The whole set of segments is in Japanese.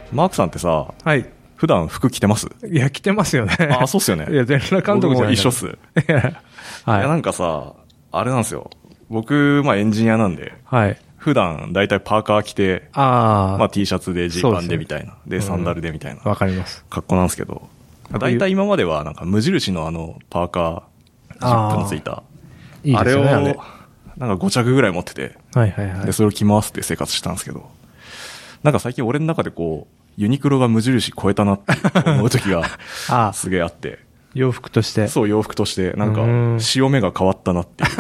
マークさんってさ、 はい。 普段服着てます？ いや、着てますよね。 あ、そうっすよね。 いや、全裸監督じゃない。 僕も一緒っす。いはい。 や、なんかさ、あれなんですよ。僕、エンジニアなんで、 はい。 普段だいたいパーカー着て、T シャツでジーパンでみたいな。で、サンダルでみたいな。 わかります。 格好なんですけど、だいたい今まではなんか無印のパーカー、ジップのついた。 いいですね、 あれを、なんか5着ぐらい持ってて、 はいはいはい。 で、それを着回すって生活したんですけど、なんか最近俺の中でユニクロが無印超えたなって思う時がすげえあって。 洋服として。 そう、洋服として、なんか、潮目が変わったなっていう。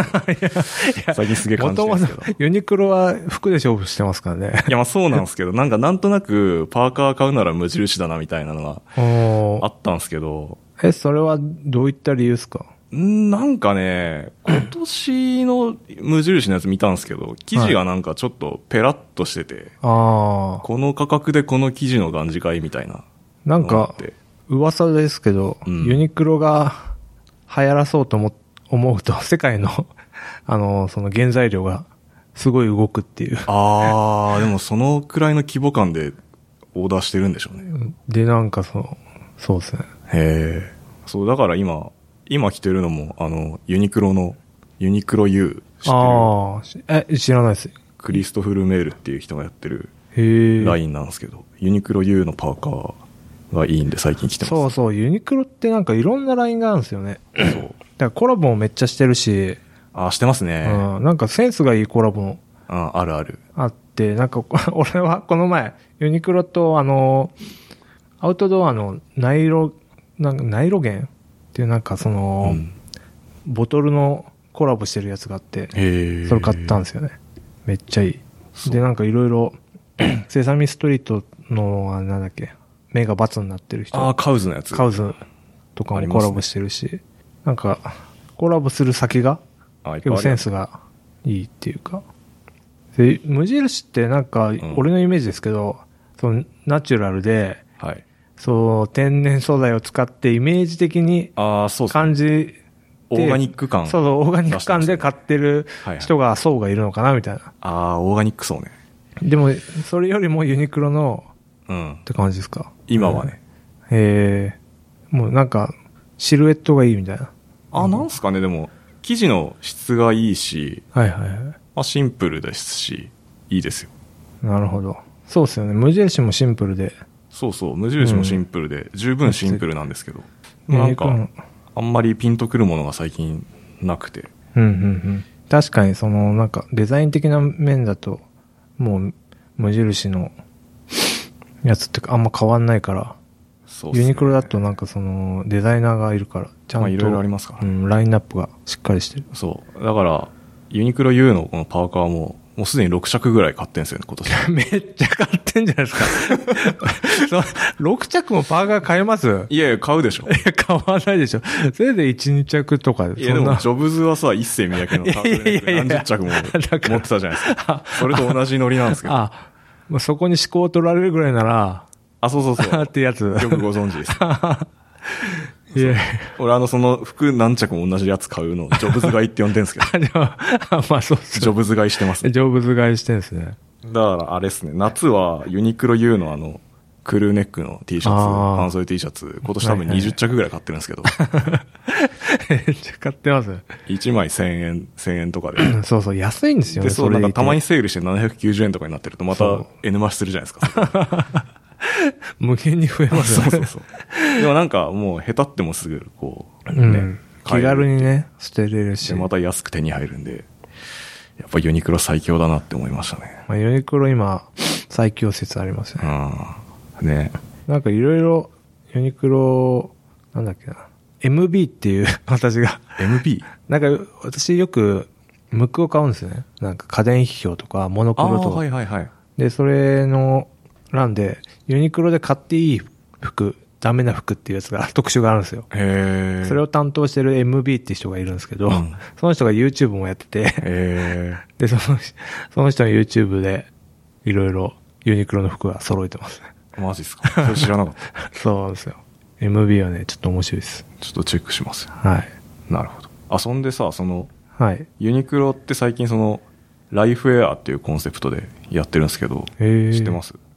最近すげえ感じてるんですけど。 ユニクロは服で勝負してますからね。 いや、そうなんですけど、なんとなく、パーカー買うなら無印だなみたいなのがあったんですけど。 それはどういった理由ですか？ なんかね、今年の無印のやつ見たんですけど、生地がなんかちょっとペラッとしてて、この価格でこの生地のがんじかいみたいな。 なんか、噂ですけど、ユニクロが流行らそうと思うと、世界の、その原材料がすごい動くっていう。 でもそのくらいの規模感でオーダーしてるんでしょうね。 で、なんかそうですね。 へー。そう、だから今着てるのも、ユニクロの、ユニクロ U 知ってる？ 知らないです。 クリストフル・メールっていう人がやってるラインなんですけど、ユニクロ U のパーカーがいいんで最近着てます。 そうそう、ユニクロってなんかいろんなラインがあるんですよね。そう。だからコラボもめっちゃしてるし。 してますね。 なんかセンスがいいコラボも。 あるある。 あって、なんか俺はこの前、ユニクロとアウトドアのナイロゲンっていうなんかボトルのコラボしてるやつがあって、それ買ったんですよね。めっちゃいい。で、なんかいろいろ、セサミストリートの、なんだっけ、目が×になってる人。 カウズのやつ。 カウズとかもコラボしてるし、なんか、コラボする先が、結構センスがいいっていうか。で、無印ってなんか、俺のイメージですけど、ナチュラルで、天然素材を使ってイメージ的に感じオーガニック感。 そう、オーガニック感で買ってる人が、層がいるのかなみたいな。 オーガニック層ね。 でも、それよりもユニクロの、って感じですか？ 今はね。 もうなんか、シルエットがいいみたいな。 なんすかね、でも、生地の質がいいし、シンプルですし、いいですよ。 なるほど。そうですよね。無印もシンプルで。 そうそう、無印もシンプルで、十分シンプルなんですけど、なんか、あんまりピンとくるものが最近なくて。 確かになんかデザイン的な面だと、もう無印のやつってあんま変わんないから、ユニクロだとなんかデザイナーがいるから、ちゃんと、 いろいろありますから、 ラインナップがしっかりしてる。 そう。だから、ユニクロ U のこのパーカーもうすでに6着ぐらい買ってんすよね、今年。 めっちゃ買ってんじゃないですか。6着もパーカー買えます？ いやいや、買うでしょ。 いや、買わないでしょ。それで1、2着とかで。 いや、でも、ジョブズはさ、一世三宅のタートルネック何十着も持ってたじゃないですか。それと同じノリなんですけど。 そこに思考を取られるぐらいなら、 そう。 ってやつ。 よくご存知です。俺その服何着も同じやつ買うのをジョブズ買いって呼んでんすけど。 そうっす。 ジョブズ買いしてますね。 ジョブズ買いしてんすね。 だからあれっすね、夏はユニクロ U のクルーネックの T シャツ、半袖 T シャツ、今年多分20着ぐらい買ってるんですけど。 めっちゃ買ってます。 1枚1000円とかで。 そう、安いんですよね。 で、なんかたまにセールして790円とかになってるとまた N 増しするじゃないですか。 無限に増えますね。そう。でもなんかもう下手ってもすぐ気軽にね、捨てれるし。 また安く手に入るんで、やっぱユニクロ最強だなって思いましたね。 ユニクロ今、最強説ありますよね。 ね。 なんかいろいろユニクロ、なんだっけな。MB っていう私が。 MB？ なんか私よく、ムックを買うんですよね。なんか家電批評とか、モノクロとか。で、それの欄で、ユニクロで買っていい服、ダメな服っていうやつが、特集があるんですよ。それを担当してる MB って人がいるんですけど、その人が YouTube もやってて、で、その人の YouTube で、いろいろユニクロの服が揃えてますね。 マジっすか？それ知らなかった。 そうですよ。MB はね、ちょっと面白いです。 ちょっとチェックしますよ。 はい。 なるほど。そんでさ、ユニクロって最近ライフウェアっていうコンセプトでやってるんですけど、知ってます？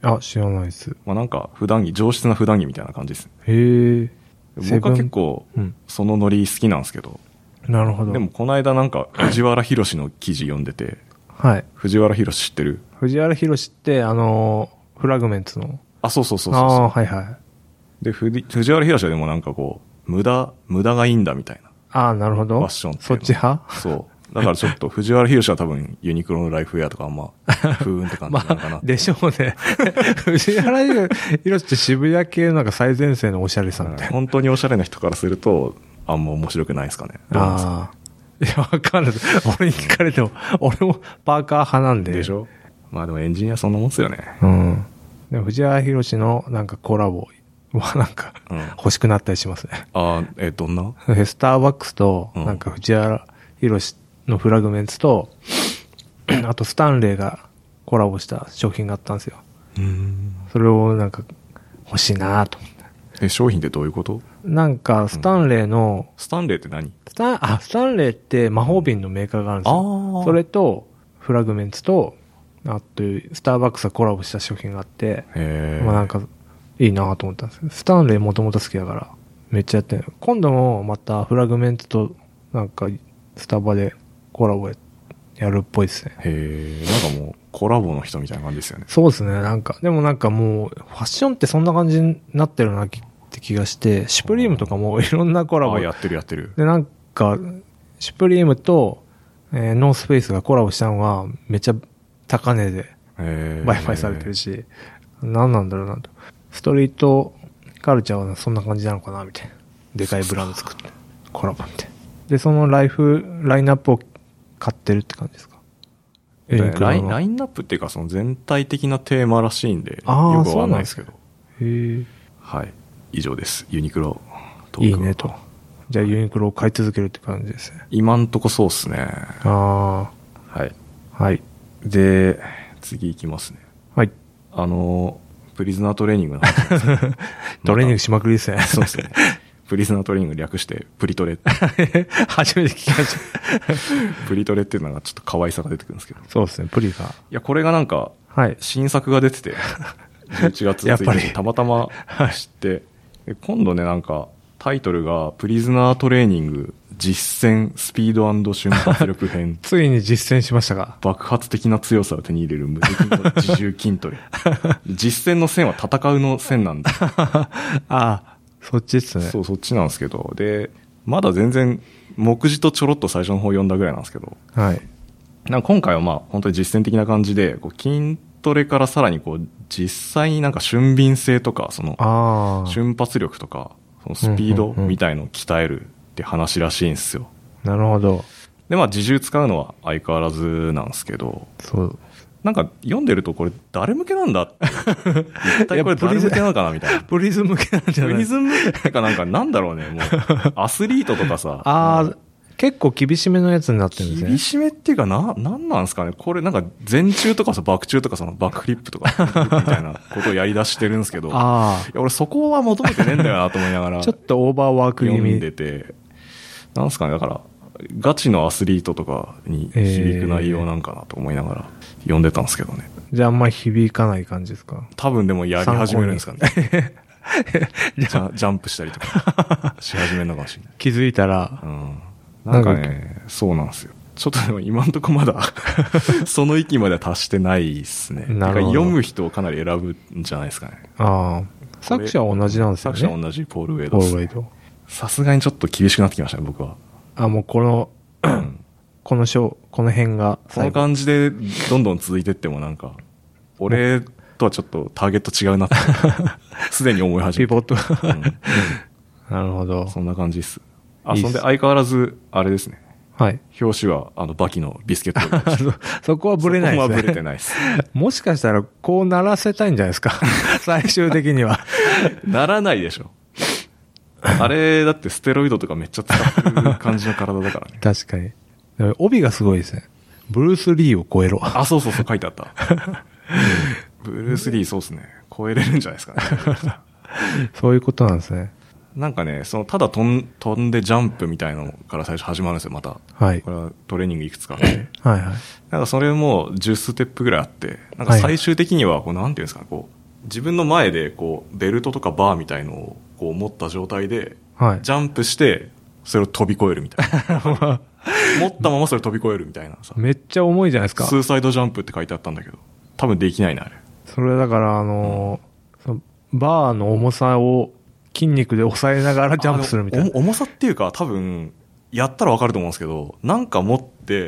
あ、知らないです。 まあなんか普段着、上質な普段着みたいな感じです。 へえ。 僕は結構、そのノリ好きなんですけど。 なるほど。 でもこの間なんか藤原宏の記事読んでて。 はい。 藤原宏知ってる？ 藤原宏ってフラグメンツの。 あ、そうそうそうそう。 ああ、はいはい。 で、藤原宏はでもなんかこう、無駄がいいんだみたいな。 ああ、なるほど。 ファッションって。 そっち派？ そう。だからちょっと藤原宏は多分ユニクロのライフウェアとかあんま、ふーんって感じなのかな。 まあ、でしょうね。藤原宏って渋谷系なんか最前線のおしゃれさんみたいな。 本当におしゃれな人からすると、あんま面白くないですかね。 ああ。いや、わかんない。俺に聞かれても、俺もパーカー派なんで。 でしょ？まあでもエンジニアそんなもんっすよね。 うん。でも藤原宏のなんかコラボはなんか、欲しくなったりしますね。 ああ、どんな？ スターバックスと、なんか藤原宏のフラグメンツと、あとスタンレーがコラボした商品があったんですよ。それをなんか欲しいなと思って。 商品ってどういうこと？ なんかスタンレーの、 スタンレーって何？ スタンレーって魔法瓶のメーカーがあるんですよ。それとフラグメンツと、あとスターバックスがコラボした商品があって、まあなんかいいなと思ったんですけど、スタンレーもともと好きだからめっちゃやってる。今度もまたフラグメンツとなんかスタバでコラボやるっぽいですね。 なんかもうコラボの人みたいな感じですよね。 そうですね。なんかでもなんかもうファッションってそんな感じになってるなって気がして、シュプリームとかもいろんなコラボやってる。 でなんかシュプリームと、ノースフェイスがコラボしたのがめっちゃ高値で売買されてるし、何なんだろうなと。ストリートカルチャーはそんな感じなのかなみたいな。でかいブランド作ってコラボみたいな。でそのラインナップを買ってるって感じですか？ ラインナップっていうかその全体的なテーマらしいんでよくわかんないですけど。はい、以上です。ユニクロトーク。 いいねと。じゃあユニクロを買い続けるって感じですね。 今んとこそうっすね。はいはい。 で次いきますね。 はい。 プリズナートレーニングの話トレーニングしまくりですね。 そうですね。プリズナートレーニング略してプリトレ。 初めて聞きました。 プリトレっていうのがちょっと可愛さが出てくるんですけど。 そうですね、プリが。 いや、これがなんか、新作が出てて、11月1日にたまたま知って、今度ね、なんか、タイトルが、プリズナートレーニング、実践、スピード&瞬発力編。 ついに実践しましたが。 爆発的な強さを手に入れる無敵の自重筋トレ。実践の線は戦うの線なんだ。 ああ。そっちっすね。 そう、そっちなんですけど。で、まだ全然、目次とちょろっと最初の方読んだぐらいなんですけど。 はい。 なんか今回はまあ、本当に実践的な感じで、こう筋トレからさらにこう、実際になんか俊敏性とか、その、瞬発力とか、そのスピードみたいのを鍛えるって話らしいんですよ。 なるほど。 で、まあ、自重使うのは相変わらずなんですけど。 そう。なんか読んでるとこれ誰向けなんだって。一体これ誰向けなのかなみたいな。 プリズム向けなんじゃない？ プリズム向けってかなんだろうね。もう、アスリートとかさ。 結構厳しめのやつになってるんですね。 厳しめっていうかなんなんですかね。これなんか前中とかさ、バク中とかそのバックフリップとか、みたいなことをやり出してるんですけど。いや、俺そこは求めてねえんだよなと思いながら。 ちょっとオーバーワーク気味読んでて。なんですかね。だから、ガチのアスリートとかに響く内容なんかなと思いながら読んでたんですけどね。 じゃああんまり響かない感じですか？ 多分でもやり始めるんですかね。ジャンプしたりとかし始めるのかもしれない。 気づいたら。 なんかね、そうなんですよ。ちょっとでも今んとこまだその域までは達してないですね。なるほど。読む人をかなり選ぶんじゃないですかね。 作者は同じなんですよね。 作者は同じポール・ウェイドです、ね。さすがにちょっと厳しくなってきましたね、僕は。 もうこの辺が。 この感じでどんどん続いてってもなんか、俺とはちょっとターゲット違うなって、すでに思い始めて。 ピボット。なるほど。 そんな感じです。そんで相変わらず、あれですね。 はい。 表紙は、バキのビスケット。 そこはブレないですね。 そこはブレてないです。 もしかしたら、こうならせたいんじゃないですか。最終的には。 ならないでしょ。あれ、だってステロイドとかめっちゃ使ってる感じの体だからね。 確かに。帯がすごいですね。ブルース・リーを超えろ。 そうそうそう、書いてあった。ブルース・リーそうですね。超えれるんじゃないですかね。 そういうことなんですね。 なんかね、ただ飛んでジャンプみたいなのから最初始まるんですよ、また。 はい。 これはトレーニングいくつかあって。 はいはい。 なんかそれも10ステップぐらいあって、なんか最終的には、なんていうんですか、自分の前で、ベルトとかバーみたいのを、持った状態で、ジャンプして、それを飛び越えるみたいな。持ったままそれ飛び越えるみたいなさ。 めっちゃ重いじゃないですか。 スーサイドジャンプって書いてあったんだけど、多分できないな、あれ。 それだからそのバーの重さを筋肉で抑えながらジャンプするみたいな。 重さっていうか、多分、やったらわかると思うんですけど、なんか持って、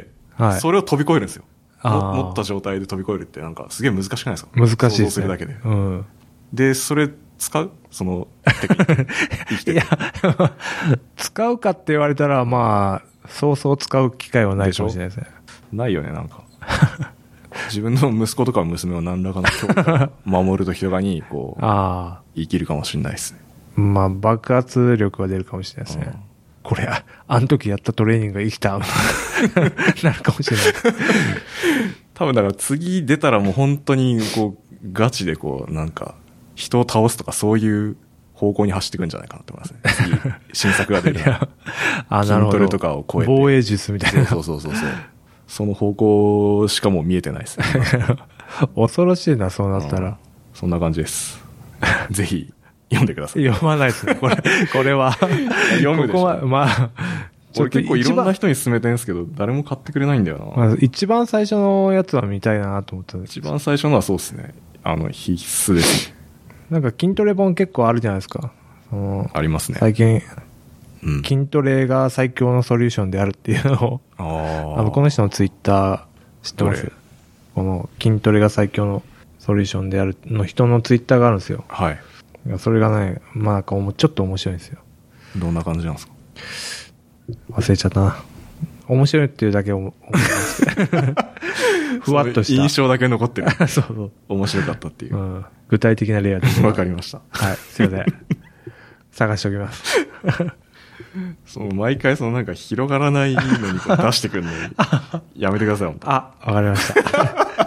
それを飛び越えるんですよ。持った状態で飛び越えるって、なんかすげえ難しくないですか？ 難しいですね。 想像するだけで。 うん。 で、それ使うそのテクニック。 いや、使うかって言われたら、まあ、そうそう使う機会はないかもしれないですね。 ないよね、なんか。自分の息子とか娘を何らかの強化守るときとかに、生きるかもしれないですね。 まあ、爆発力が出るかもしれないですね。これ、あの時やったトレーニングが生きた、なるかもしれない。 多分だから次出たらもう本当に、ガチでなんか、人を倒すとかそういう方向に走っていくんじゃないかなと思いますね。次、新作が出る。筋トレとかを超えて。 防衛術みたいな。 そう。その方向しかもう見えてないですね。 恐ろしいな、そうなったら。 そんな感じです。ぜひ、読んでください。 読まないですね、これは。 読むでしょ。 まあ、 俺結構いろんな人に勧めてるんですけど、誰も買ってくれないんだよな。 まあ、一番最初のやつは見たいなと思ったんです。 一番最初のはそうですね。必須ですね。 なんか筋トレ本結構あるじゃないですか。 ありますね。 最近、筋トレが最強のソリューションであるっていうのを、この人のツイッター知ってます？この筋トレが最強のソリューションであるの人のツイッターがあるんですよ。 はい。 それがね、まあなんかちょっと面白いんですよ。 どんな感じなんですか？ 忘れちゃったな。面白いっていうだけ思いますふわっとした。 印象だけ残ってる。 そう。 面白かったっていう。 具体的な例です。 わかりました。 はい、すいません。探しておきます。 毎回なんか広がらないのに出してくるのに、やめてください、本当。 わかりました。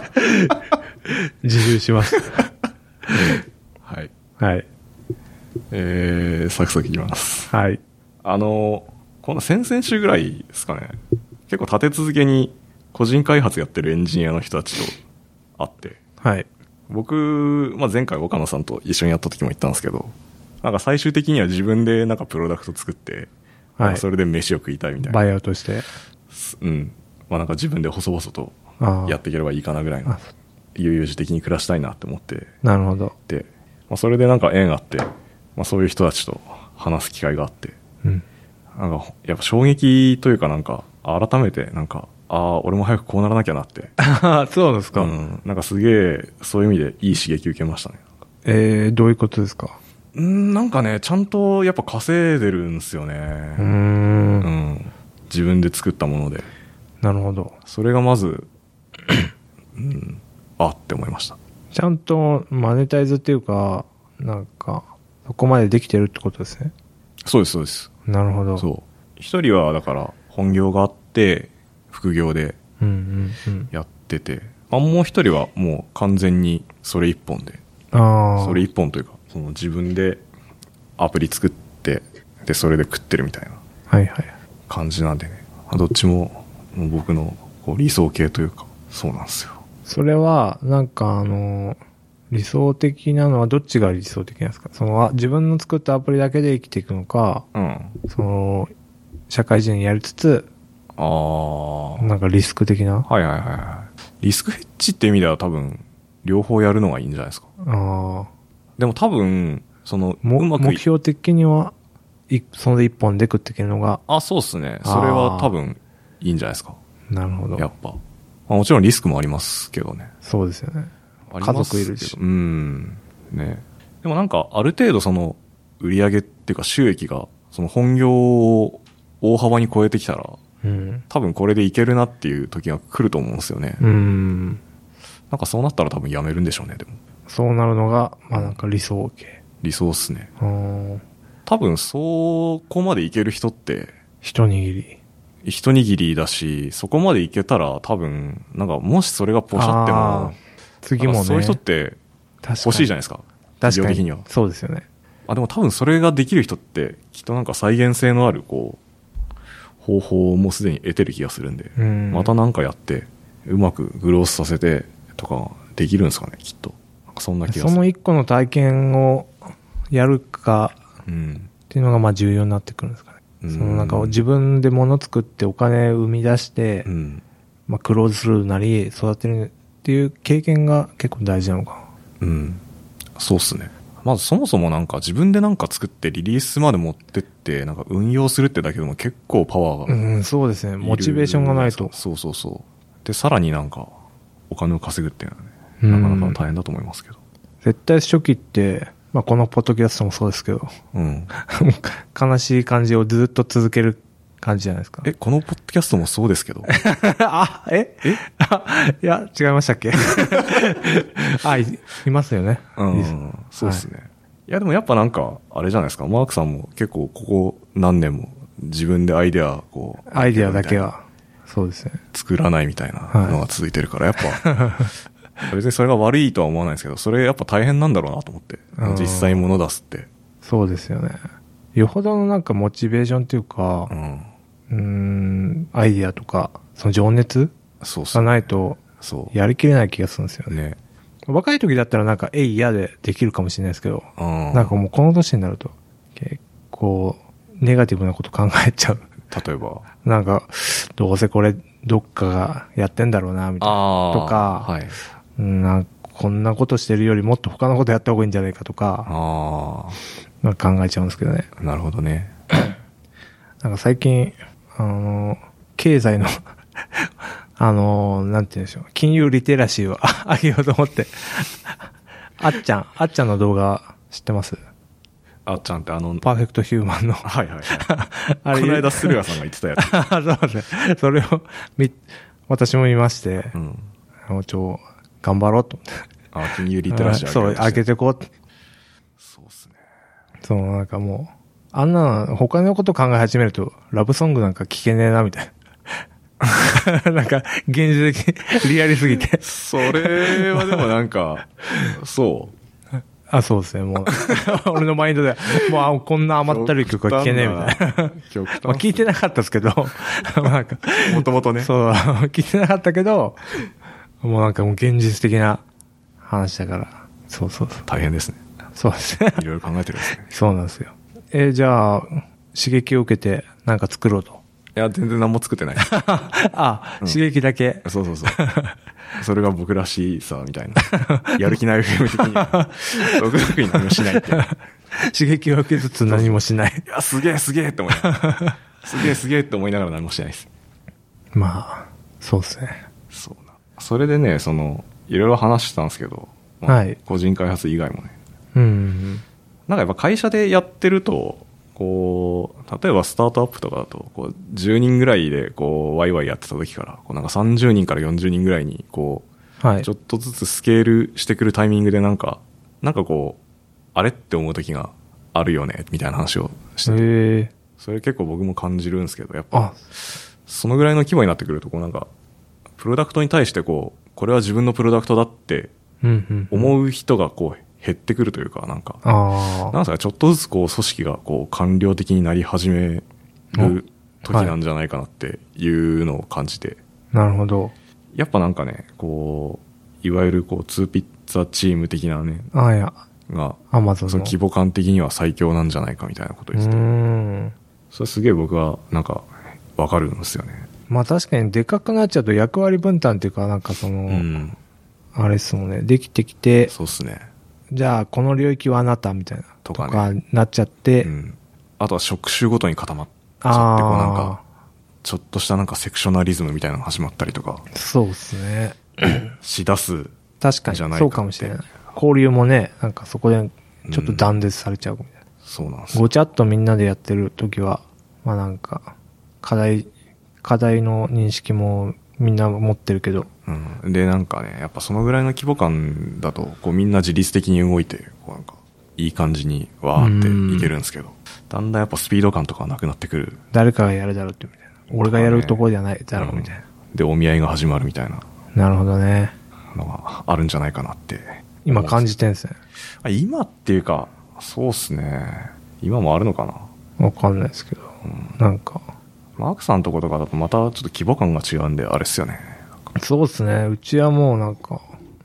自習します。 はい。 はい。 サクサクいきます。 はい。 この先々週ぐらいですかね、結構立て続けに個人開発やってるエンジニアの人たちと会って、 はい。 僕、前回岡野さんと一緒にやった時も言ったんですけど、なんか最終的には自分でなんかプロダクト作って、はい、それで飯を食いたいみたいな。 バイアウトして。 うん。なんか自分で細々とやっていければいいかなぐらいの、悠々自適に暮らしたいなって思って。 なるほど。 で、それでなんか縁あって、そういう人たちと話す機会があって、なんかやっぱ衝撃というかなんか、改めてなんか、俺も早くこうならなきゃなって。 そうですか。 なんかすげえ、そういう意味でいい刺激受けましたね。どういうことですか？ なんかね、ちゃんとやっぱ稼いでるんですよね。自分で作ったもので。 なるほど。 それがまず、って思いました。 ちゃんとマネタイズっていうか、なんか、そこまでできてるってことですね。 そうです。 なるほど。 そう。一人はだから本業があって、副業でやってて、もう一人はもう完全にそれ一本で。それ一本というか、自分でアプリ作って、で、それで食ってるみたいな感じなんでね。どっちも僕の理想系というか、そうなんですよ。 それは、なんか理想的なのはどっちが理想的なんですか？自分の作ったアプリだけで生きていくのか、社会人やりつつ、なんかリスク的な？ リスクヘッジって意味では多分、両方やるのがいいんじゃないですか。でも多分、 目標的には、そので一本で食っていけるのが。 そうっすね。それは多分、いいんじゃないですか。 なるほど。 やっぱ。もちろんリスクもありますけどね。 そうですよね。家族いるし。 ね。でもなんか、ある程度売り上げっていうか収益が、本業を大幅に超えてきたら、多分これでいけるなっていう時が来ると思うんですよね。なんかそうなったら多分やめるんでしょうね、でも。 そうなるのが、なんか理想系。 理想っすね。多分そこまでいける人って、 一握りだし、そこまでいけたら多分、なんかもしそれがポシャっても、 次もね。 そういう人って欲しいじゃないですか。 確かに。 的には。 そうですよね。 でも多分それができる人ってきっとなんか再現性のあるこう方法もすでに得てる気がするんで、またなんかやってうまくグロースさせてとかできるんですかね、きっと。なんかそんな気がする。 その一個の体験をやるかっていうのがまあ重要になってくるんですかね。そのなんか自分で物作ってお金生み出して、まあクローズするなり育てるっていう経験が結構大事なのかな。 そうっすね。まずそもそもなんか自分でなんか作ってリリースまで持ってってなんか運用するってだけでも結構パワーがそうですね。モチベーションがないと。 そうでさらになんかお金を稼ぐっていうのはね、なかなか大変だと思いますけど。 絶対初期ってまあこのポッドキャストもそうですけど、悲しい感じをずっと続ける感じじゃないですか。 このポッドキャストもそうですけど。 いや、違いましたっけいますよね。 そうですね。いや、でもやっぱなんか、あれじゃないですか。マークさんも結構ここ何年も自分でアイデアだけは、そうですね。 作らないみたいなのが続いてるから、やっぱ、別にそれが悪いとは思わないですけど、それやっぱ大変なんだろうなと思って。実際に物出すって。 そうですよね。よほどのなんかモチベーションっていうか、アイディアとか、その情熱がないと、やりきれない気がするんですよね。若い時だったらなんか、嫌でできるかもしれないですけど、なんかもうこの年になると、結構、ネガティブなこと考えちゃう。 例えばなんか、どうせこれ、どっかがやってんだろうな、みたいな。とか、なんかこんなことしてるよりもっと他のことやった方がいいんじゃないかとか、なんか考えちゃうんですけどね。 なるほどね。 なんか最近、経済のなんて言うんでしょう、金融リテラシーを上げようと思って、あっちゃんの動画知ってます？ あっちゃんってパーフェクトヒューマンの。 はい。あれこの間、駿河さんが言ってたやつ。 そうですね。それを私も見まして、頑張ろうと思って。 金融リテラシー上げてこうって。 そうですね。 なんかもう、あんな他のこと考え始めると、ラブソングなんか聴けねえな、みたいな。なんか、現実的、リアルすぎて。 それはでもなんか、そう。 そうですね、もう。俺のマインドで、もうこんな甘ったるい曲は聴けねえみたいな。聞いてなかったですけど、なんか。 もともとね。 そう、聞いてなかったけど、もうなんかもう現実的な話だから。そう。 大変ですね。 そうですね。 いろいろ考えてるんですね。 そうなんですよ。じゃあ、刺激を受けてなんか作ろうと。 いや、全然何も作ってない。 刺激だけ。 そう。それが僕らしさ、みたいな。やる気ない FM 的に。僕特に何もしないって。 刺激を受けつつ何もしない。 いや、すげえって思いながら。すげえって思いながら何もしないです。 まあ、そうですね。 そうな。それでね、いろいろ話してたんですけど、個人開発以外もね。なんかやっぱ会社でやってると、例えばスタートアップとかだと、10人ぐらいで、ワイワイやってた時から、なんか30人から40人ぐらいに、ちょっとずつスケールしてくるタイミングでなんかあれって思う時があるよね、みたいな話をしてて。それ結構僕も感じるんですけど、やっぱ、そのぐらいの規模になってくると、なんか、プロダクトに対してこれは自分のプロダクトだって思う人が減ってくるというか、なんか、なんかちょっとずつ組織が官僚的になり始める時なんじゃないかなっていうのを感じて。 なるほど。 やっぱなんかね、いわゆるツーピッツァチーム的なね、が、その規模感的には最強なんじゃないかみたいなことを言ってて。それすげえ僕はなんかわかるんですよね。 まあ確かにでかくなっちゃうと役割分担っていうか、なんかあれっすもんね、できてきて、 そうっすね。 じゃあこの領域はあなたみたいなとかなっちゃって、 あとは職種ごとに固まっちゃってなんかちょっとしたなんかセクショナリズムみたいなのが始まったりとか、 そうですね。 しだす確かにそうかもしれない。交流もね、なんかそこでちょっと断絶されちゃうみたいな。 そうなんです。 ごちゃっとみんなでやってる時は、まあなんか課題の認識もみんな持ってるけど、 でなんかね、やっぱそのぐらいの規模感だとみんな自律的に動いてなんかいい感じにわーっていけるんですけど、だんだんやっぱスピード感とかなくなってくる。 誰かがやるだろうってみたいな、俺がやるところじゃないだろうみたいな、 でお見合いが始まるみたいな。 なるほどね。 のがあるんじゃないかなって今感じてんすね。 今っていうか、 そうっすね。今もあるのかな。わかんないですけど、なんかマークさんのとことかだとまたちょっと規模感が違うんであれっすよね。 そうですね。うちはもうなんか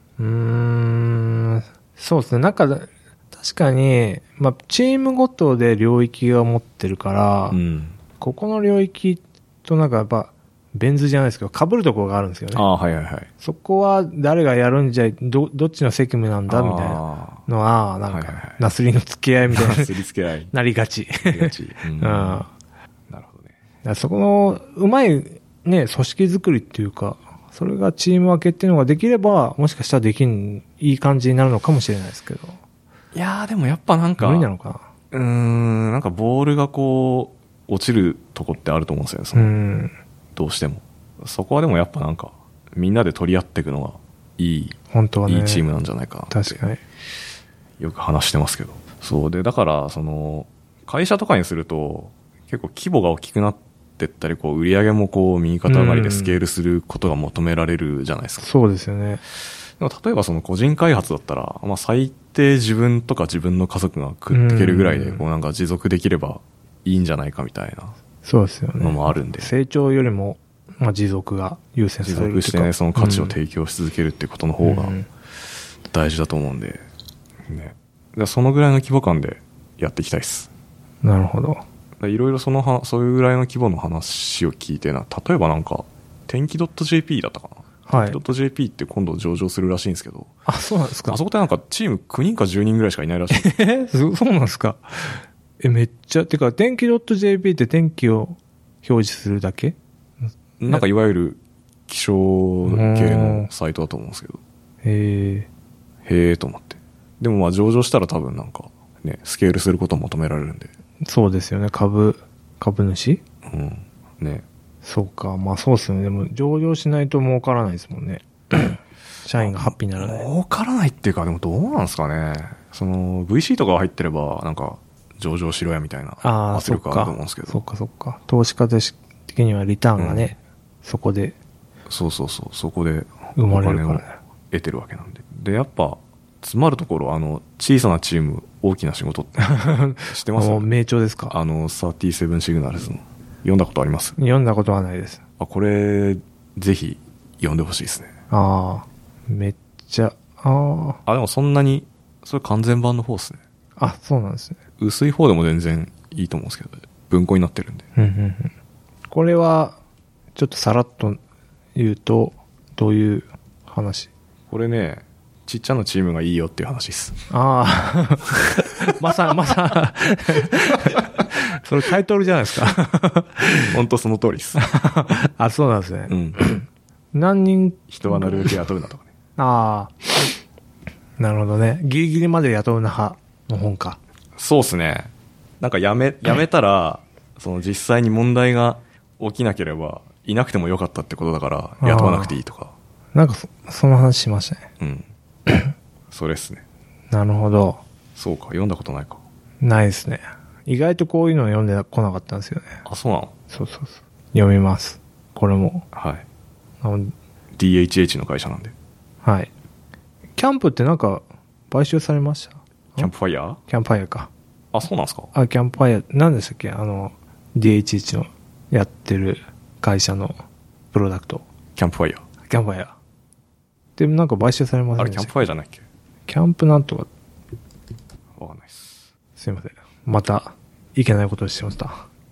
そうですね。なんか確かに、まあ、チームごとで領域が持ってるから、ここの領域となんかやっぱベン図じゃないですけど被るところがあるんですよね。 はいはいはい。 そこは誰がやるんじゃどっちの責務なんだみたいなのはなんかなすりの付き合いみたいななすり付け合いなりがち。 なるほどね。 そこのうまいね組織作りっていうか、それがチーム分けっていうのができればもしかしたらいい感じになるのかもしれないですけど。 いやーでもやっぱなんか無理なのかな。 なんかボールがこう落ちるとこってあると思うんですよね。どうしてもそこはでもやっぱなんかみんなで取り合っていくのが本当はね、 いいチームなんじゃないかなって確かによく話してますけど。そうで、だからその会社とかにすると結構規模が大きくなってったり、こう売り上げもこう右肩上がりでスケールすることが求められるじゃないですか。 そうですよね。 でも例えばその個人開発だったら、まあ最低自分とか自分の家族が食っていけるぐらいでこうなんか持続できればいいんじゃないかみたいなのもあるんで、 成長よりもまあ持続が優先される。 持続してね、その価値を提供し続けるっていうことの方が大事だと思うんで、ね。でそのぐらいの規模感でやっていきたいです。 なるほど。 いろいろそういうぐらいの規模の話を聞いてな、例えばなんか天気 .jp だったかな。はい。天気 .jp って今度上場するらしいんですけど。 あ、そうなんですか。 あそこってなんかチーム9人か10人ぐらいしかいないらしい。 そうなんですか。めっちゃ、てか天気 .jp って天気を表示するだけ？ なんかいわゆる気象系のサイトだと思うんですけど。へえと思って。でもまあ上場したら多分なんかね、スケールすることを求められるんで。 そうですよね。株主？ ね。 そうか。まあそうですよね。でも上場しないと儲からないですもんね。社員がハッピーにならない。 儲からないっていうか、でもどうなんですかね。その VC とか入ってればなんか上場しろやみたいな圧力あると思うんですけど。 そっか。投資家的にはリターンがね、そこで。 そこで生まれるからね。 得てるわけなんで。で、やっぱ、詰まるところ、小さなチーム、大きな仕事って知ってます？ 名著ですか 37シグナルズの。読んだことあります？ 読んだことはないです。 これ、ぜひ読んでほしいですね。 めっちゃ、でもそんなに、それ完全版の方ですね。 そうなんですね。 薄い方でも全然いいと思うんですけど、文庫になってるんで。 これは、ちょっとさらっと言うと、どういう話？ これね、ちっちゃなチームがいいよっていう話です。 まさそれタイトルじゃないですか。 本当その通りです。 そうなんですね。何人人はなるべく雇うなとかね。 なるほどね。ギリギリまで雇うな派の本か。 そうっすね。なんかやめたら、その実際に問題が起きなければ、いなくてもよかったってことだから、雇わなくていいとか。 なんかその話しましたね。 それっすね。 なるほど。 そうか、読んだことないか。 ないですね。意外とこういうのを読んでこなかったんですよね。 そうなの？ そう。読みます。これも。 はい。DHH の会社なんで。 はい。キャンプってなんか買収されました？ キャンプファイヤー？ キャンプファイヤーか。 そうなんですか？ キャンプファイヤー、何でしたっけDHH のやってる会社のプロダクト。 キャンプファイヤー。 キャンプファイヤー。でもなんか買収されませんでした？ キャンプファイヤーじゃないっけ？ キャンプなんとか。 わかんないです。 すいません。また、いけないことをしてました。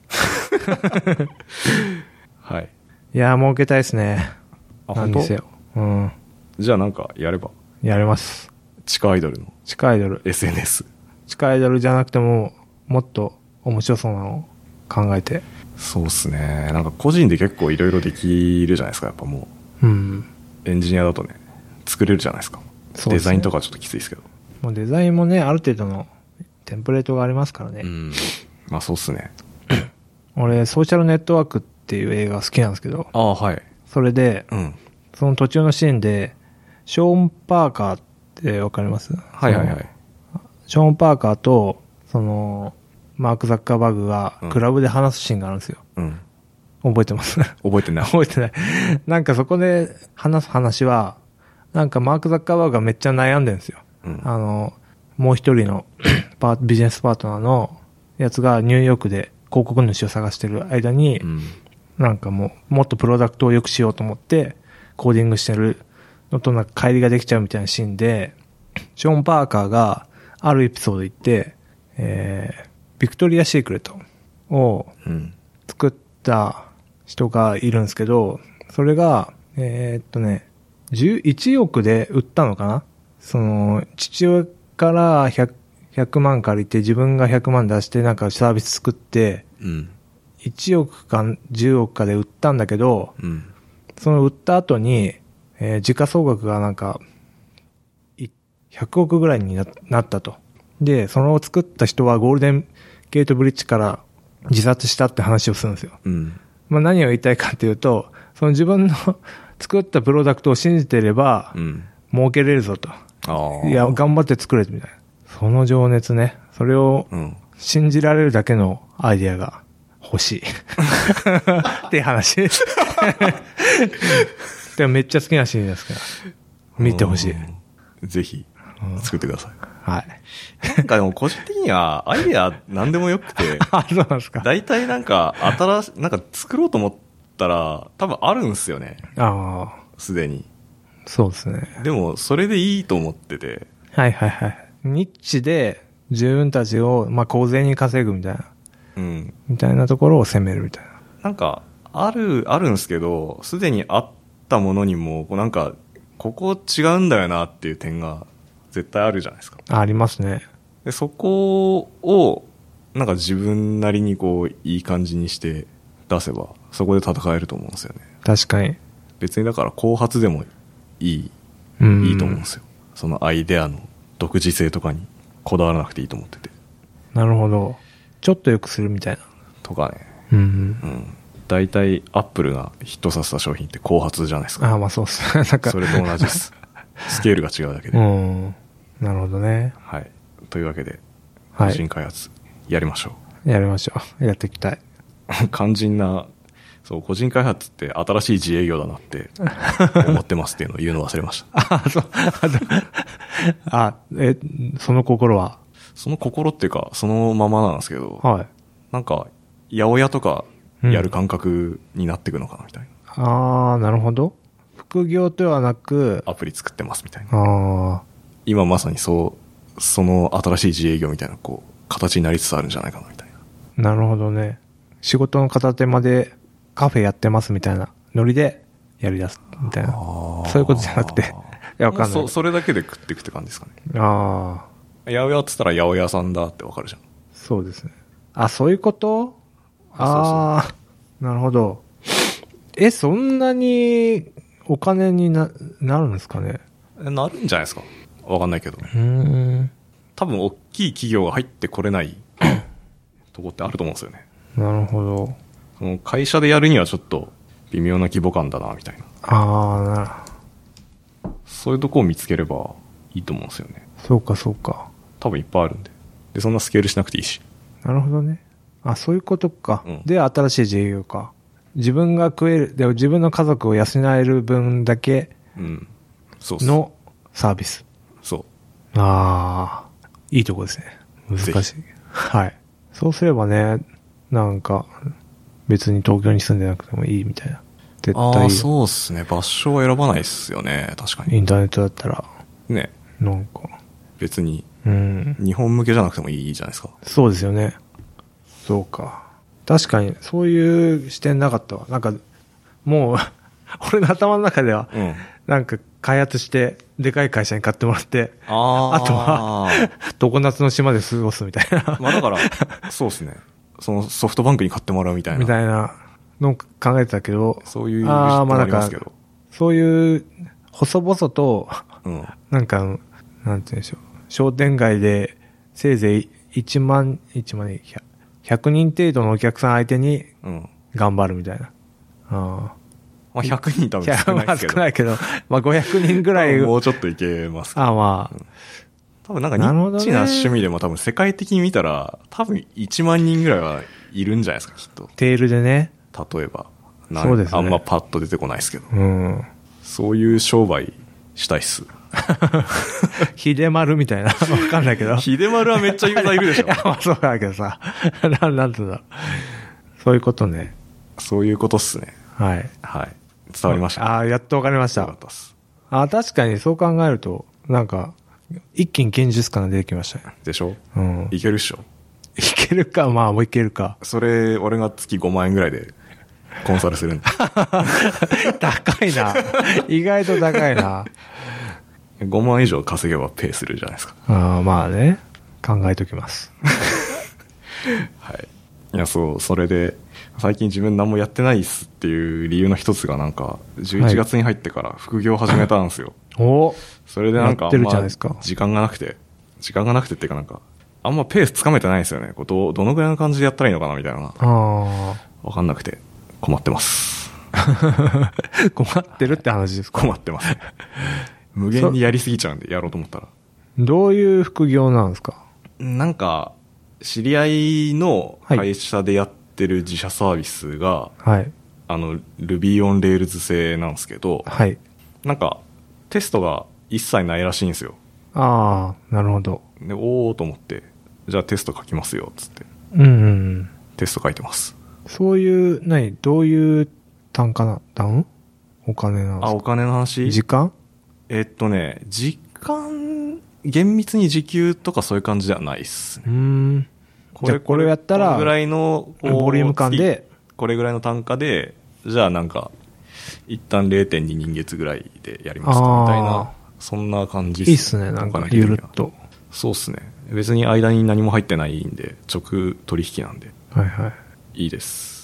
はい。 いやー、儲けたいですね。 何にせよ。じゃあなんか、やれば。 やれます。 地下アイドルの。 地下アイドル。 SNS。 地下アイドルじゃなくても、もっと面白そうなのを考えて。 そうっすね。なんか個人で結構いろいろできるじゃないですか、やっぱもう。エンジニアだとね、作れるじゃないですか。デザインとかはちょっときついですけど。 もうデザインもね、ある程度のテンプレートがありますからね。 まあそうっすね。 俺、ソーシャルネットワークっていう映画好きなんですけど。 はい。 それで、その途中のシーンで、ショーン・パーカーってわかります？ はい。 ショーン・パーカーと、マーク・ザッカーバーグがクラブで話すシーンがあるんですよ。覚えてます？ 覚えてない。 覚えてない。なんかそこで話す話は、なんかマーク・ザッカーバーグがめっちゃ悩んでるんですよ。 もう一人のビジネスパートナーのやつがニューヨークで広告主を探してる間に、なんかもっとプロダクトを良くしようと思ってコーディングしてるのとなんか乖離ができちゃうみたいなシーンで、ショーン・パーカーがあるエピソード行って、ビクトリア・シークレットを作った人がいるんですけど、それが、11億で売ったのかな？その、父親から100万借りて自分が100万出してなんかサービス作って、1億か10億かで売ったんだけど、その売った後に、時価総額がなんか、100億ぐらいになったと。で、その作った人はゴールデンゲートブリッジから自殺したって話をするんですよ。まあ何を言いたいかっていうと、その自分の作ったプロダクトを信じていれば、儲けれるぞと。いや、頑張って作れみたいな。その情熱ね。それを信じられるだけのアイデアが欲しい。っていう話。でもめっちゃ好きなシーンですから。見てほしい。 ぜひ、作ってください。 はい。 なんかでも個人的にはアイデア何でもよくて。 あ、そうなんですか。 大体なんかなんか作ろうと思ったら多分あるんですよね。 ああ。 すでに。 そうですね。 でもそれでいいと思ってて。 はいはいはい。ニッチで自分たちをまあ公然に稼ぐみたいな。みたいなところを攻めるみたいな。 なんかあるんですけど、すでにあったものにもなんかここ違うんだよなっていう点が絶対あるじゃないですか。 ありますね。 でそこをなんか自分なりにこういい感じにして出せばそこで戦えると思うんですよね。 確かに。 別にだから後発でもいいと思うんですよ。そのアイデアの独自性とかにこだわらなくていいと思ってて。 なるほど。ちょっと良くするみたいな。 とかね。大体アップルがヒットさせた商品って後発じゃないですか。 ああ、まあそうっす。なんかそれと同じです。スケールが違うだけで。 なるほどね。 はい。というわけで、個人開発、やりましょう。やりましょう。やっていきたい。 肝心な、そう、個人開発って新しい自営業だなって思ってますっていうのを言うの忘れました。 あ、そう。その心はその心っていうか、そのままなんですけど、 はい。 なんか、八百屋とかやる感覚になっていくのかなみたいな。ああ、なるほど。副業ではなく、 アプリ作ってますみたいな。今まさにその新しい自営業みたいな、こう、形になりつつあるんじゃないかなみたいな。なるほどね。仕事の片手までカフェやってますみたいなノリでやり出すみたいな。そういうことじゃなくて。いや、わかんない。 それだけで食っていくって感じですかね。 ああ。 八百屋って言ったら八百屋さんだってわかるじゃん。 そうですね。あ、そういうこと？ああ、なるほど。そんなにお金になるんですかね。 なるんじゃないですか。わかんないけど。多分大きい企業が入ってこれないとこってあると思うんですよね。 なるほど。 その会社でやるにはちょっと微妙な規模感だなみたいな。そういうとこを見つければいいと思うんですよね。 そうかそうか。 多分いっぱいあるんで。で、そんなスケールしなくていいし。 なるほどね。あ、そういうことか。で、新しい自営業か。自分が食える、でも自分の家族を養える分だけのサービス。 そう。 ああ、いいとこですね。難しい。はい。そうすればね、なんか、別に東京に住んでなくてもいいみたいな。絶対。 そうっすね。場所は選ばないっすよね。確かに。 インターネットだったら。 ね。 なんか。 別に。日本向けじゃなくてもいいじゃないですか。 そうですよね。そうか。確かに、そういう視点なかったわ。なんか、もう、俺の頭の中では、なんか開発して、でかい会社に買ってもらって、あとは、常夏の島で過ごすみたいな。 まあだから、そうですね。そのソフトバンクに買ってもらうみたいな。 みたいなのを考えてたけど、 そういうありますけど。 そういう、細々と、なんか、なんて言うんでしょう。商店街で、せいぜい1万100人程度のお客さん相手に、頑張るみたいな。 まあ100人多分少ないけど。 少ないけど、まあ500人ぐらい。 もうちょっといけますか。 まあ。 多分なんかニッチな趣味でも多分世界的に見たら、多分1万人ぐらいはいるんじゃないですか、きっと。 テールでね。 例えば。 そうですね。 あんまパッと出てこないですけど。そういう商売したいっす。 秀丸みたいな。わかんないけど。 秀丸はめっちゃユーザーいるでしょ。 まあそうだけどさ。なんていうんだ。そういうことね。 そういうことっすね。 はい。 はい。伝わりました。 ああ、やっとわかりました。 よかったっす。 ああ、確かにそう考えると、なんか、一気に現実感が出てきましたね。 でしょ？ うん。 いけるっしょ。 いけるか、まあもういけるか。 それ、俺が月5万円ぐらいでコンサルするんだ。 高いな。意外と高いな。 5万以上稼げばペイするじゃないですか。 ああ、まあね。考えときます。 はい。いや、そう、それで、最近自分何もやってないっすっていう理由の一つがなんか、11月に入ってから副業を始めたんですよ。 おそれでなんか、時間がなくてっていうかなんか、あんまペースつかめてないんですよね。どのぐらいの感じでやったらいいのかなみたいな。わかんなくて困ってます。 困ってるって話ですか？ 困ってます。無限にやりすぎちゃうんで、やろうと思ったら。 どういう副業なんですか？ なんか、知り合いの会社でやってる自社サービスが、 はい、 Ruby on Rails 製なんですけど、 はい、 なんか、テストが一切ないらしいんですよ。 ああ、なるほど。 で、おーと思って、じゃあテスト書きますよ、つって。 うん。 テスト書いてます。 そういう、どういう単価お金なんですか？ あ、お金の話？ 時間？ 時間、厳密に時給とかそういう感じではないっすね。 じゃあこれをやったら、 これぐらいの、 ボリューム感で、 これぐらいの単価で、じゃあなんか、一旦 0.2 人月ぐらいでやりますかみたいな、そんな感じっすね。 いいっすね、なんかゆるっと。 そうっすね。別に間に何も入ってないんで、直取引なんで。 はいはい。 いいです。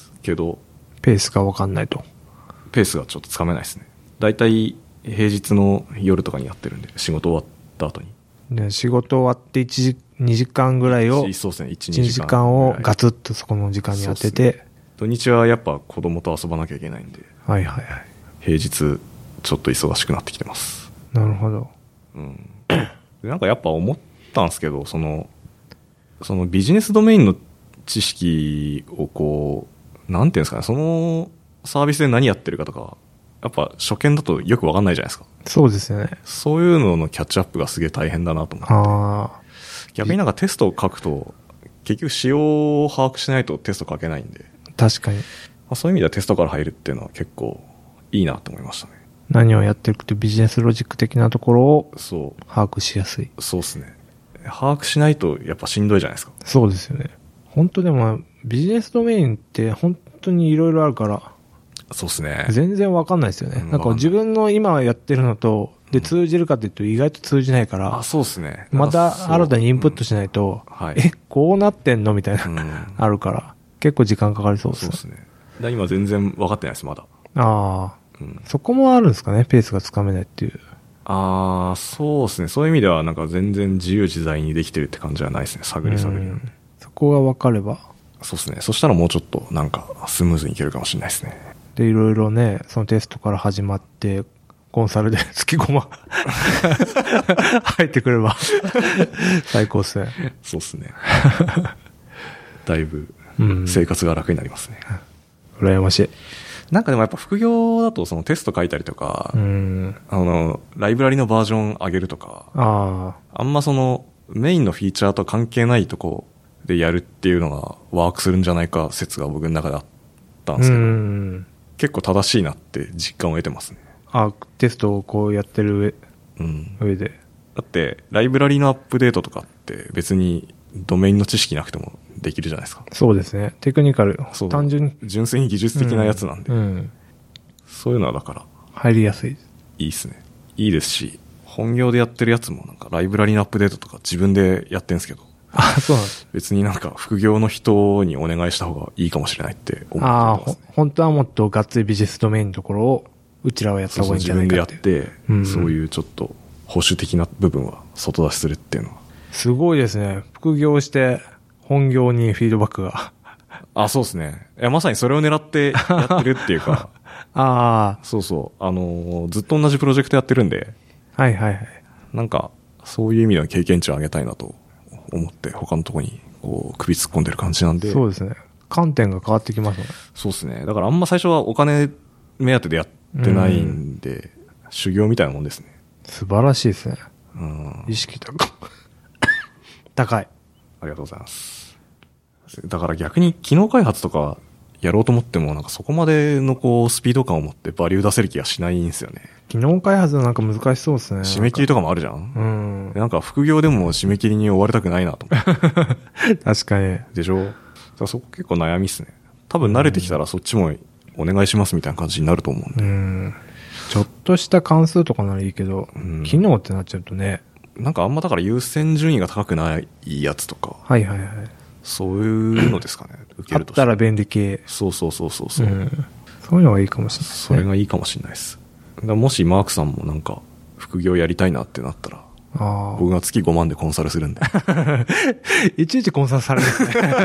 けど、 ペースがわかんないと。 ペースがちょっとつかめないですね。だいたい平日の夜とかにやってるんで、仕事終わった後に。 で仕事終わって2時間ぐらいを、 そうですね、1、 2時間をガツッとそこの時間に当てて、 土日はやっぱ子供と遊ばなきゃいけないんで、 はいはいはい。 平日ちょっと忙しくなってきてます。 なるほど。 うん。でなんかやっぱ思ったんですけど、そのビジネスドメインの知識をこう、なんていうんですかね、そのサービスで何やってるかとか、やっぱ初見だとよくわかんないじゃないですか。 そうですね。 そういうののキャッチアップがすげえ大変だなと思って。逆になんかテストを書くと、結局仕様を把握しないとテスト書けないんで。 確かに。 そういう意味ではテストから入るっていうのは結構いいなと思いましたね。 何をやってるかというビジネスロジック的なところを把握しやすい。 そうですね。把握しないとやっぱしんどいじゃないですか。 そうですよね。本当でもビジネスドメインって本当にいろいろあるから。 そうですね。 全然わかんないですよね。なんか自分の今やってるのと、で通じるかっていうと意外と通じないから。 そうですね。 また新たにインプットしないと、こうなってんのみたいな、あるから。結構時間かかりそうですね。 そうですね。今全然分かってないです、まだ。 そこもあるんですかね、ペースがつかめないっていう。 そうですね。そういう意味ではなんか全然自由自在にできてるって感じはないですね。探り探りなんで。 そこが分かれば。 そうですね。そしたらもうちょっとなんかスムーズにいけるかもしれないですね。 で、いろいろね、そのテストから始まって、コンサルで月5万入ってくれば最高っすね。 そうっすね。だいぶ生活が楽になりますね。 羨ましい。 なんかでもやっぱ副業だとそのテスト書いたりとか、ライブラリのバージョン上げるとか、あんまそのメインのフィーチャーと関係ないとこでやるっていうのがワークするんじゃないか説が僕の中であったんですけど、結構正しいなって実感を得てますね。 テストをこうやってる上で。 だってライブラリのアップデートとかって別にドメインの知識なくてもできるじゃないですか。 そうですね。テクニカル。単純に。 純粋に技術的なやつなんで。そういうのはだから。 入りやすい。 いいですね。いいですし、本業でやってるやつもなんかライブラリのアップデートとか自分でやってるんですけど。 そうなんです。 別になんか副業の人にお願いした方がいいかもしれないって思ってます、ね。 本当はもっとがっつりビジネスドメインのところをうちらはやった方がいいんじゃないかって。 自分でやって、そういうちょっと保守的な部分は外出しするっていうのは。 すごいですね。副業して本業にフィードバックが。 そうですね。まさにそれを狙ってやってるっていうか。そうそう。ずっと同じプロジェクトやってるんで。 はいはいはい。 なんか、そういう意味での経験値を上げたいなと思って、他のところにこう首突っ込んでる感じなんで。 そうですね。観点が変わってきますね。 そうですね。だからあんま最初はお金目当てでやってないんで、修行みたいなもんですね。 素晴らしいですね。 うん。 意識高い。 ありがとうございます。だから逆に機能開発とかやろうと思っても、なんかそこまでのこう、スピード感を持ってバリュー出せる気がしないんですよね。 機能開発なんか難しそうですね。 締め切りとかもあるじゃん。 うん。 なんか副業でも締め切りに追われたくないなと思って。 確かに。 でしょ？だからそこ結構悩みっすね。多分慣れてきたらそっちもお願いしますみたいな感じになると思うんで。 うん。ちょっとした関数とかならいいけど、機能ってなっちゃうとね。 なんかあんまだから優先順位が高くないやつとか。 はいはいはい。 そういうのですかね。受けるとあったら便利系。 そう。うん。そういうのがいいかもしれない、ね。 それがいいかもしれないです。だからもしマークさんもなんか副業やりたいなってなったら、僕が月5万でコンサルするんで。 いちいちコンサルされるんですね。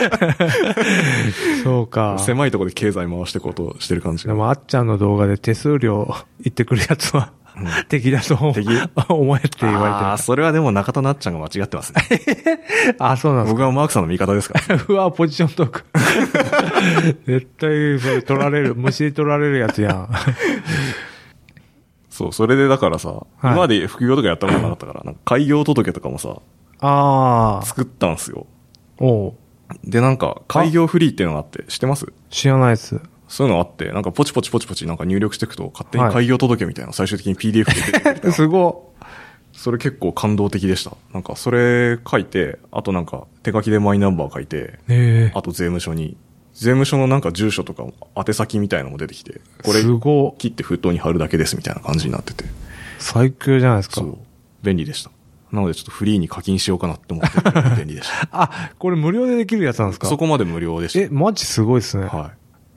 そうか。 狭いところで経済回していこうとしてる感じ。 でもあっちゃんの動画で手数料言ってくるやつは、敵だと思えって言われてる。 ああ、それはでも中田なっちゃんが間違ってますね。 あ、そうなんですか。 僕はマークさんの味方ですから。 うわ、ポジショントーク。絶対それ取られる、虫取られるやつやん。 そう、それでだからさ、はい、今まで副業とかやったことなかったから、なんか開業届とかもさ、作ったんすよ。 おう。 で、なんか、開業フリーっていうのがあって、知ってます？ 知らないです。 そういうのがあって、なんかポチポチなんか入力していくと、勝手に開業届みたいな、最終的に PDF で出てくるみたいな。 すごい。 それ結構感動的でした。なんか、それ書いて、あとなんか、手書きでマイナンバー書いて、あと税務署のなんか住所とか宛先みたいなのも出てきて、これ切って封筒に貼るだけですみたいな感じになってて。 最強じゃないですか。そう。 便利でした。なのでちょっとフリーに課金しようかなって思って便利でした。 あ、これ無料でできるやつなんですか？ そこまで無料でした。 マジすごいですね。 はい。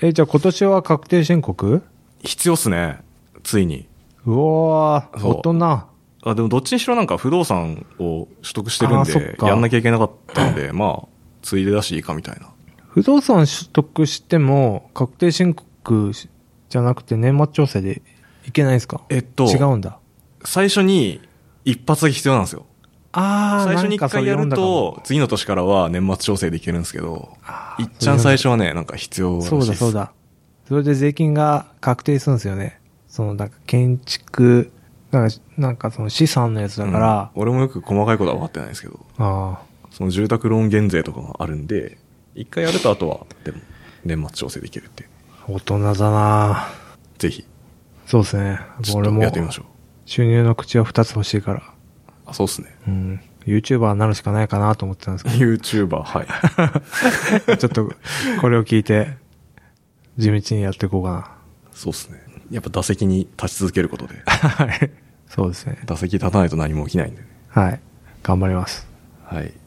じゃあ今年は確定申告？ 必要っすね。ついに。 うわー、大人。 でもどっちにしろなんか不動産を取得してるんで、やんなきゃいけなかったんで、まあ、ついでだしいいかみたいな。 不動産取得しても、確定申告じゃなくて年末調整でいけないですか？違うんだ。 最初に一発だけ必要なんですよ。最初に一回やると、次の年からは年末調整できるんですけど、いっちゃん最初はね、なんか必要らしいです。 そうだ。それで税金が確定するんですよね。なんか建築、なんかその資産のやつだから、 俺もよく細かいことは分かってないですけど、その住宅ローン減税とかがあるんで、一回やるとあとは、でも、年末調整できるっていう。 大人だなぜひ。 そうですね。俺も。 やってみましょう。 収入の口は2つ欲しいから。 あ、そうっすね。 うん。YouTuber になるしかないかなと思ってたんですけど。 YouTuber、はい。 ちょっと、これを聞いて、地道にやっていこうかな。 そうっすね。やっぱ打席に立ち続けることで。 はい。そうですね。 打席立たないと何も起きないんでね。 はい。頑張ります。 はい。